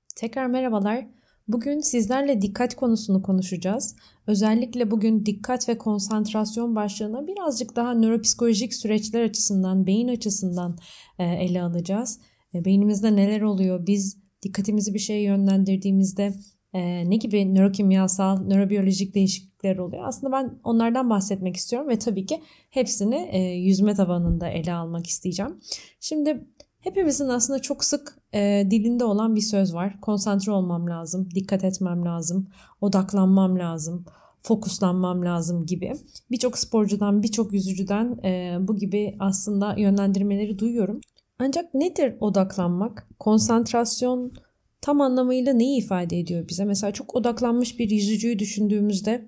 Tekrar merhabalar. Bugün sizlerle dikkat konusunu konuşacağız. Özellikle bugün dikkat ve konsantrasyon başlığına birazcık daha nöropsikolojik süreçler açısından, beyin açısından ele alacağız. Beynimizde neler oluyor? Biz dikkatimizi bir şeye yönlendirdiğimizde ne gibi nörokimyasal, nörobiyolojik değişiklikler oluyor? Aslında ben onlardan bahsetmek istiyorum ve tabii ki hepsini yüzme tabanında ele almak isteyeceğim. Şimdi hepimizin aslında çok sık dilinde olan bir söz var. Konsantre olmam lazım, dikkat etmem lazım, odaklanmam lazım, fokuslanmam lazım gibi. Birçok sporcudan, birçok yüzücüden bu gibi aslında yönlendirmeleri duyuyorum. Ancak nedir odaklanmak? Konsantrasyon tam anlamıyla neyi ifade ediyor bize? Mesela çok odaklanmış bir yüzücüyü düşündüğümüzde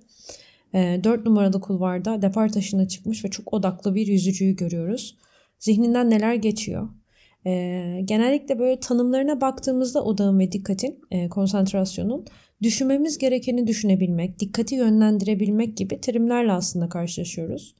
4 numaralı kulvarda depar taşına çıkmış ve çok odaklı bir yüzücüyü görüyoruz. Zihninden neler geçiyor? Genellikle böyle tanımlarına baktığımızda odağın ve dikkatin, konsantrasyonun düşünmemiz gerekeni düşünebilmek, dikkati yönlendirebilmek gibi terimlerle aslında karşılaşıyoruz.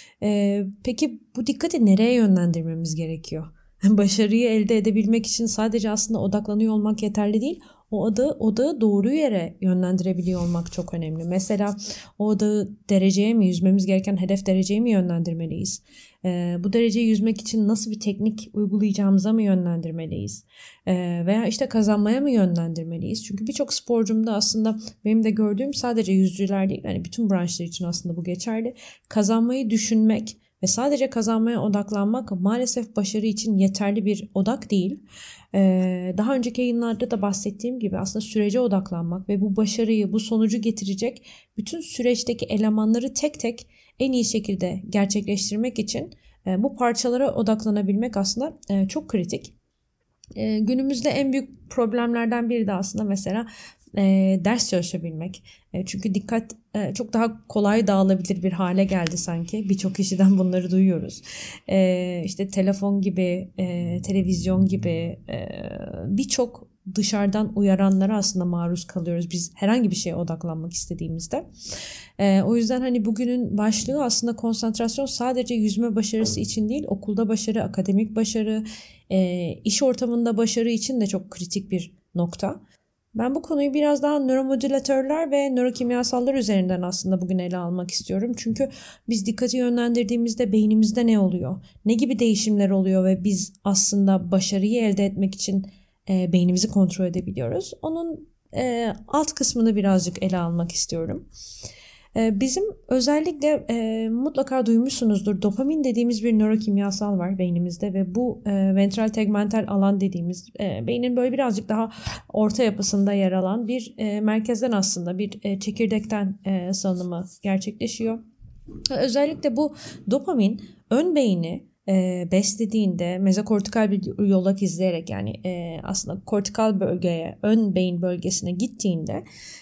Peki bu dikkati nereye yönlendirmemiz gerekiyor? Başarıyı elde edebilmek için sadece aslında odaklanıyor olmak yeterli değil. Odağı doğru yere yönlendirebiliyor olmak çok önemli. Mesela o odağı dereceye mi, yüzmemiz gereken hedef dereceye mi yönlendirmeliyiz? Bu dereceyi yüzmek için nasıl bir teknik uygulayacağımıza mı yönlendirmeliyiz? Veya işte kazanmaya mı yönlendirmeliyiz? Çünkü birçok sporcumda aslında benim de gördüğüm sadece yüzücüler değil, yani bütün branşlar için aslında bu geçerli. Kazanmayı düşünmek ve sadece kazanmaya odaklanmak maalesef başarı için yeterli bir odak değil. Daha önceki yayınlarda da bahsettiğim gibi aslında sürece odaklanmak ve bu başarıyı, bu sonucu getirecek bütün süreçteki elemanları tek tek en iyi şekilde gerçekleştirmek için bu parçalara odaklanabilmek aslında çok kritik. Günümüzde en büyük problemlerden biri de aslında mesela ders çalışabilmek. Çünkü dikkat çok daha kolay dağılabilir bir hale geldi sanki. Birçok kişiden bunları duyuyoruz. İşte telefon gibi, televizyon gibi birçok dışarıdan uyaranlara aslında maruz kalıyoruz. Biz herhangi bir şeye odaklanmak istediğimizde. O yüzden hani bugünün başlığı aslında konsantrasyon sadece yüzme başarısı için değil, okulda başarı, akademik başarı, iş ortamında başarı için de çok kritik bir nokta. Ben bu konuyu biraz daha nöromodülatörler ve nörokimyasallar üzerinden aslında bugün ele almak istiyorum. Çünkü biz dikkati yönlendirdiğimizde beynimizde ne oluyor? Ne gibi değişimler oluyor ve biz aslında başarıyı elde etmek için beynimizi kontrol edebiliyoruz. Onun alt kısmını birazcık ele almak istiyorum. Bizim özellikle mutlaka duymuşsunuzdur, dopamin dediğimiz bir nörokimyasal var beynimizde ve bu ventral tegmental alan dediğimiz beynin böyle birazcık daha orta yapısında yer alan bir merkezden aslında bir çekirdekten salınımı gerçekleşiyor. Özellikle bu dopamin ön beyni beslediğinde mezokortikal bir yolak izleyerek, yani aslında kortikal bölgeye, ön beyin bölgesine gittiğinde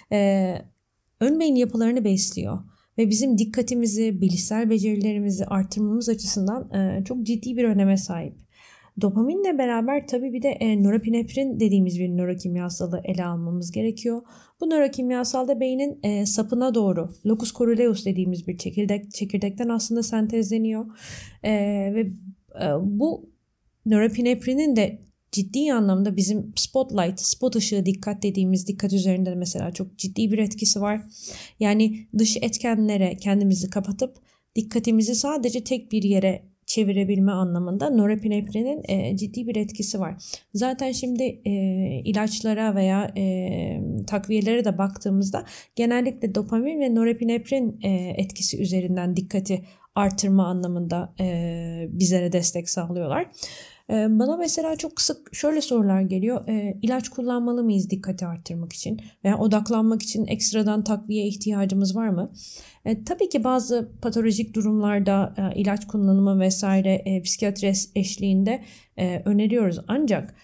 ön beyin yapılarını besliyor ve bizim dikkatimizi, bilişsel becerilerimizi arttırmamız açısından çok ciddi bir öneme sahip. Dopaminle beraber tabii bir de norepinefrin dediğimiz bir nörokimyasalı ele almamız gerekiyor. Bu nörokimyasal da beynin sapına doğru, locus coeruleus dediğimiz bir çekirdekten aslında sentezleniyor. Ve bu norepinefrinin de ciddi anlamda bizim spot ışığı dikkat dediğimiz dikkat üzerinde mesela çok ciddi bir etkisi var. Yani dış etkenlere kendimizi kapatıp dikkatimizi sadece tek bir yere çevirebilme anlamında norepinefrinin ciddi bir etkisi var. Zaten şimdi ilaçlara veya takviyelere de baktığımızda genellikle dopamin ve norepinefrin etkisi üzerinden dikkati artırma anlamında bizlere destek sağlıyorlar. Bana mesela çok sık şöyle sorular geliyor. İlaç kullanmalı mıyız dikkati arttırmak için? Veya odaklanmak için ekstradan takviye ihtiyacımız var mı? Tabii ki bazı patolojik durumlarda ilaç kullanımı vesaire psikiyatri eşliğinde öneriyoruz. Ancak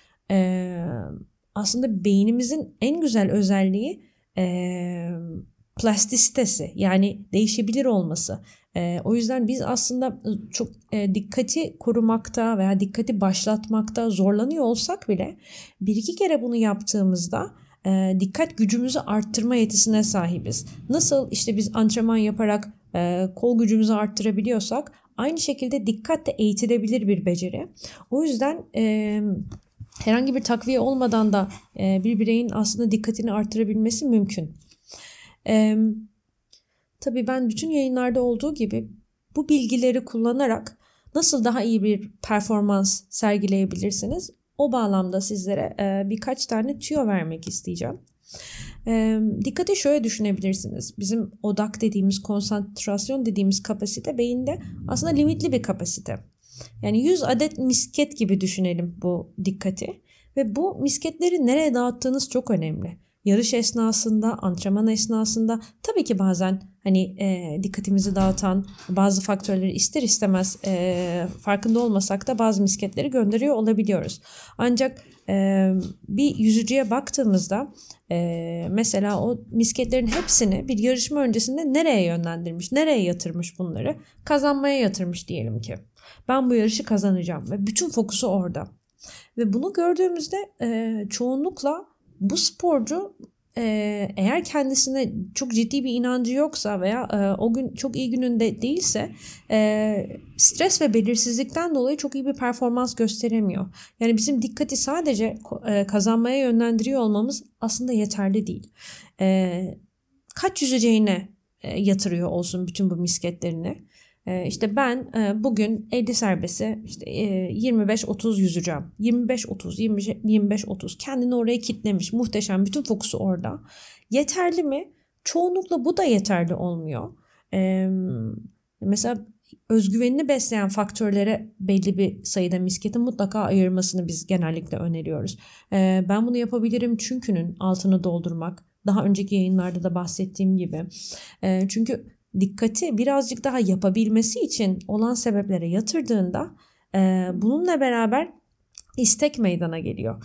aslında beynimizin en güzel özelliği plastisitesi, yani değişebilir olması. O yüzden biz aslında çok dikkati korumakta veya dikkati başlatmakta zorlanıyor olsak bile bir iki kere bunu yaptığımızda dikkat gücümüzü arttırma yetisine sahibiz. Nasıl işte biz antrenman yaparak kol gücümüzü arttırabiliyorsak aynı şekilde dikkat de eğitilebilir bir beceri. O yüzden herhangi bir takviye olmadan da bir bireyin aslında dikkatini artırabilmesi mümkün. Tabii ben bütün yayınlarda olduğu gibi bu bilgileri kullanarak nasıl daha iyi bir performans sergileyebilirsiniz? O bağlamda sizlere birkaç tane tüyo vermek isteyeceğim. Dikkati şöyle düşünebilirsiniz. Bizim odak dediğimiz, konsantrasyon dediğimiz kapasite beyinde aslında limitli bir kapasite. Yani 100 adet misket gibi düşünelim bu dikkati. Ve bu misketleri nereye dağıttığınız çok önemli. Yarış esnasında, antrenman esnasında tabii ki bazen dikkatimizi dağıtan bazı faktörleri ister istemez farkında olmasak da bazı misketleri gönderiyor olabiliyoruz. Ancak bir yüzücüye baktığımızda mesela o misketlerin hepsini bir yarışma öncesinde nereye yönlendirmiş, nereye yatırmış bunları? Kazanmaya yatırmış diyelim ki. Ben bu yarışı kazanacağım ve bütün fokusu orada. Ve bunu gördüğümüzde çoğunlukla bu sporcu eğer kendisine çok ciddi bir inancı yoksa veya o gün çok iyi gününde değilse stres ve belirsizlikten dolayı çok iyi bir performans gösteremiyor. Yani bizim dikkati sadece kazanmaya yönlendiriyor olmamız aslında yeterli değil. Kaç yüzeceğine yatırıyor olsun bütün bu misketlerini. İşte ben bugün 50 serbesti 25-30 yüzeceğim. 25-30, 25-30 kendini oraya kitlemiş. Muhteşem. Bütün fokusu orada. Yeterli mi? Çoğunlukla bu da yeterli olmuyor. Mesela özgüvenini besleyen faktörlere belli bir sayıda misketin mutlaka ayırmasını biz genellikle öneriyoruz. Ben bunu yapabilirim çünkü'nün altını doldurmak. Daha önceki yayınlarda da bahsettiğim gibi. Çünkü dikkati birazcık daha yapabilmesi için olan sebeplere yatırdığında bununla beraber istek meydana geliyor.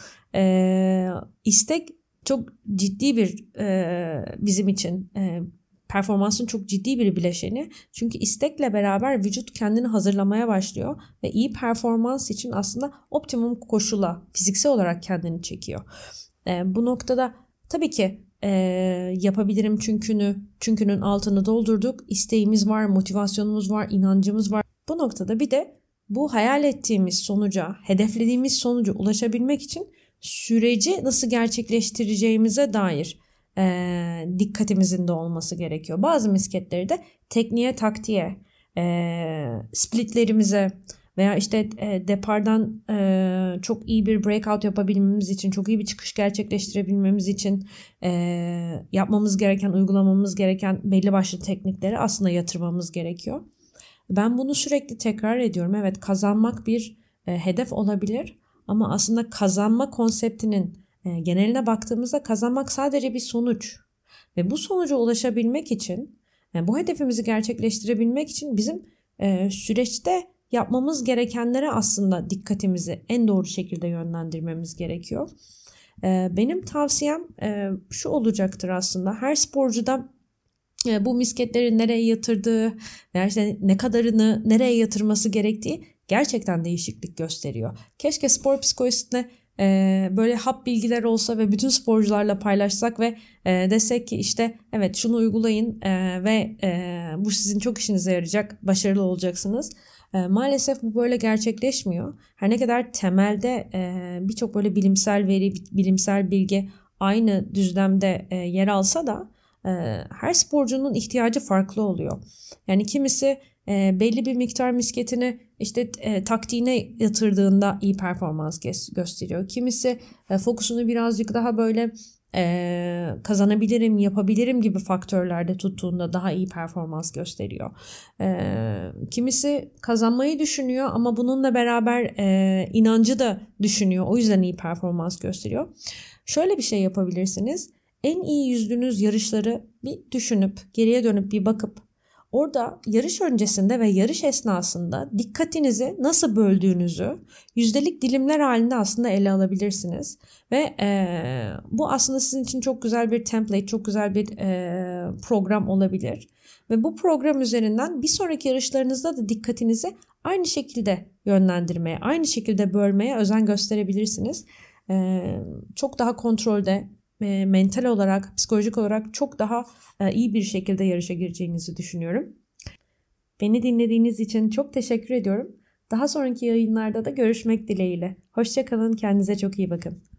İstek çok ciddi bir bizim için performansın çok ciddi bir bileşeni. Çünkü istekle beraber vücut kendini hazırlamaya başlıyor ve iyi performans için aslında optimum koşula fiziksel olarak kendini çekiyor. Bu noktada tabii ki yapabilirim çünkü'nün altını doldurduk. İsteğimiz var, motivasyonumuz var, inancımız var. Bu noktada bir de bu hayal ettiğimiz sonuca, hedeflediğimiz sonuca ulaşabilmek için süreci nasıl gerçekleştireceğimize dair dikkatimizin de olması gerekiyor. Bazı misketleri de tekniğe, taktiğe, splitlerimize veya depardan çok iyi bir breakout yapabilmemiz için, çok iyi bir çıkış gerçekleştirebilmemiz için yapmamız gereken, uygulamamız gereken belli başlı teknikleri aslında yatırmamız gerekiyor. Ben bunu sürekli tekrar ediyorum. Evet, kazanmak bir hedef olabilir ama aslında kazanma konseptinin geneline baktığımızda kazanmak sadece bir sonuç. Ve bu sonuca ulaşabilmek için, bu hedefimizi gerçekleştirebilmek için bizim süreçte yapmamız gerekenlere aslında dikkatimizi en doğru şekilde yönlendirmemiz gerekiyor. Benim tavsiyem şu olacaktır aslında. Her sporcuda bu misketleri nereye yatırdığı veya ne kadarını nereye yatırması gerektiği gerçekten değişiklik gösteriyor. Keşke spor psikolojisine böyle hap bilgiler olsa ve bütün sporcularla paylaşsak ve desek ki evet şunu uygulayın ve bu sizin çok işinize yarayacak, başarılı olacaksınız. Maalesef bu böyle gerçekleşmiyor. Her ne kadar temelde birçok böyle bilimsel veri, bilimsel bilgi aynı düzlemde yer alsa da her sporcunun ihtiyacı farklı oluyor. Yani kimisi belli bir miktar misketini taktiğine yatırdığında iyi performans gösteriyor. Kimisi fokusunu birazcık daha böyle kazanabilirim, yapabilirim gibi faktörlerde tuttuğunda daha iyi performans gösteriyor. Kimisi kazanmayı düşünüyor ama bununla beraber inancı da düşünüyor. O yüzden iyi performans gösteriyor. Şöyle bir şey yapabilirsiniz. En iyi yüzdüğünüz yarışları bir düşünüp, geriye dönüp bir bakıp orada yarış öncesinde ve yarış esnasında dikkatinizi nasıl böldüğünüzü yüzdelik dilimler halinde aslında ele alabilirsiniz. Ve bu aslında sizin için çok güzel bir template, çok güzel bir program olabilir. Ve bu program üzerinden bir sonraki yarışlarınızda da dikkatinizi aynı şekilde yönlendirmeye, aynı şekilde bölmeye özen gösterebilirsiniz. Çok daha kontrolde, mental olarak, psikolojik olarak çok daha iyi bir şekilde yarışa gireceğinizi düşünüyorum. Beni dinlediğiniz için çok teşekkür ediyorum. Daha sonraki yayınlarda da görüşmek dileğiyle. Hoşça kalın, kendinize çok iyi bakın.